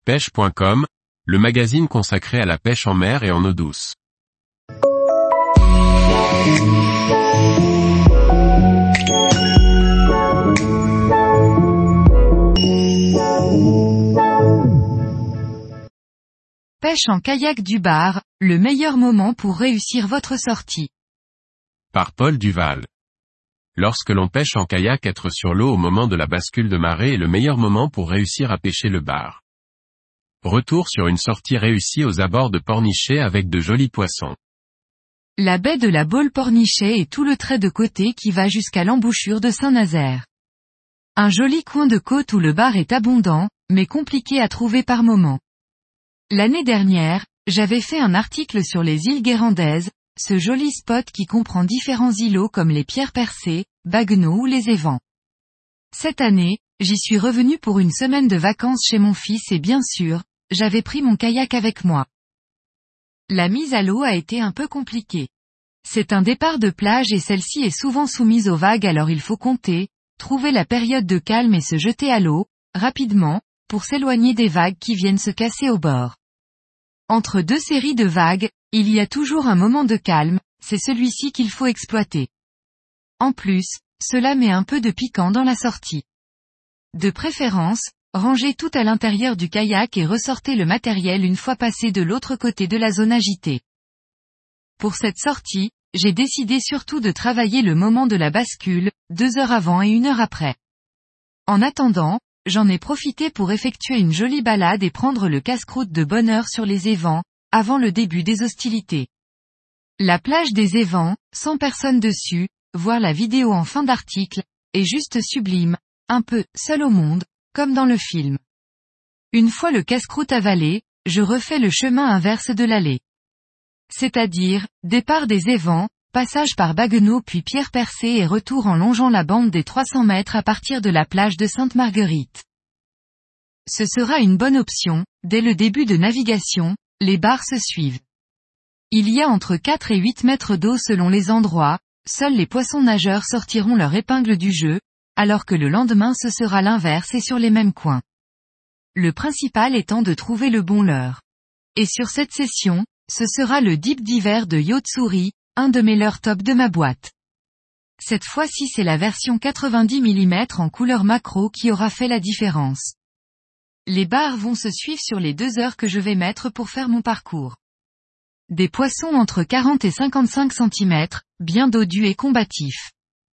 pêche.com, le magazine consacré à la pêche en mer et en eau douce. Pêche en kayak du bar, le meilleur moment pour réussir votre sortie. Par Paul Duval. Lorsque l'on pêche en kayak, être sur l'eau au moment de la bascule de marée est le meilleur moment pour réussir à pêcher le bar. Retour sur une sortie réussie aux abords de Pornichet avec de jolis poissons. La baie de la Baule-Pornichet est tout le trait de côté qui va jusqu'à l'embouchure de Saint-Nazaire. Un joli coin de côte où le bar est abondant, mais compliqué à trouver par moments. L'année dernière, j'avais fait un article sur les îles Guérandaises, ce joli spot qui comprend différents îlots comme les Pierres Percées, Baguenaud ou les Évents. Cette année, j'y suis revenu pour une semaine de vacances chez mon fils et bien sûr, j'avais pris mon kayak avec moi. La mise à l'eau a été un peu compliquée. C'est un départ de plage et celle-ci est souvent soumise aux vagues, alors il faut compter, trouver la période de calme et se jeter à l'eau, rapidement, pour s'éloigner des vagues qui viennent se casser au bord. Entre deux séries de vagues, il y a toujours un moment de calme, c'est celui-ci qu'il faut exploiter. En plus, cela met un peu de piquant dans la sortie. De préférence, rangez tout à l'intérieur du kayak et ressortez le matériel une fois passé de l'autre côté de la zone agitée. Pour cette sortie, j'ai décidé surtout de travailler le moment de la bascule, 2 heures avant et 1 heure après. En attendant, j'en ai profité pour effectuer une jolie balade et prendre le casse-croûte de bonne heure sur les Évents, avant le début des hostilités. La plage des Évents, 100 personnes dessus, voir la vidéo en fin d'article, est juste sublime, un peu « seul au monde », comme dans le film. Une fois le casse-croûte avalé, je refais le chemin inverse de l'allée. C'est-à-dire, départ des Évents, passage par Baguenaud puis Pierres Percées et retour en longeant la bande des 300 mètres à partir de la plage de Sainte-Marguerite. Ce sera une bonne option, dès le début de navigation, les bars se suivent. Il y a entre 4 et 8 mètres d'eau selon les endroits, seuls les poissons nageurs sortiront leur épingle du jeu, alors que le lendemain ce sera l'inverse et sur les mêmes coins. Le principal étant de trouver le bon leurre. Et sur cette session, ce sera le dip d'hiver de Yo-Tsuri, un de mes leurres top de ma boîte. Cette fois-ci c'est la version 90 mm en couleur macro qui aura fait la différence. Les bars vont se suivre sur les 2 heures que je vais mettre pour faire mon parcours. Des poissons entre 40 et 55 cm, bien dodus et combatifs.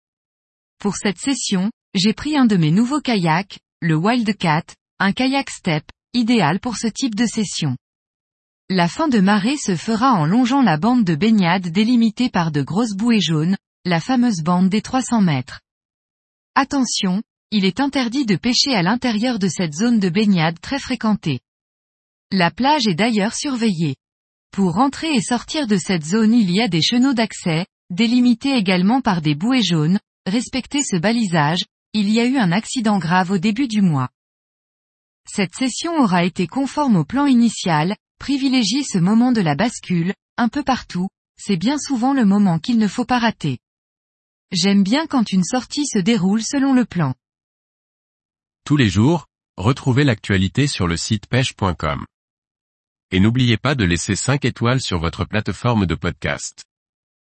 Pour cette session, j'ai pris un de mes nouveaux kayaks, le Wildcat, un kayak step, idéal pour ce type de session. La fin de marée se fera en longeant la bande de baignade délimitée par de grosses bouées jaunes, la fameuse bande des 300 mètres. Attention, il est interdit de pêcher à l'intérieur de cette zone de baignade très fréquentée. La plage est d'ailleurs surveillée. Pour rentrer et sortir de cette zone il y a des chenaux d'accès, délimités également par des bouées jaunes, respectez ce balisage, il y a eu un accident grave au début du mois. Cette session aura été conforme au plan initial, privilégiez ce moment de la bascule, un peu partout, c'est bien souvent le moment qu'il ne faut pas rater. J'aime bien quand une sortie se déroule selon le plan. Tous les jours, retrouvez l'actualité sur le site pêche.com. Et n'oubliez pas de laisser 5 étoiles sur votre plateforme de podcast.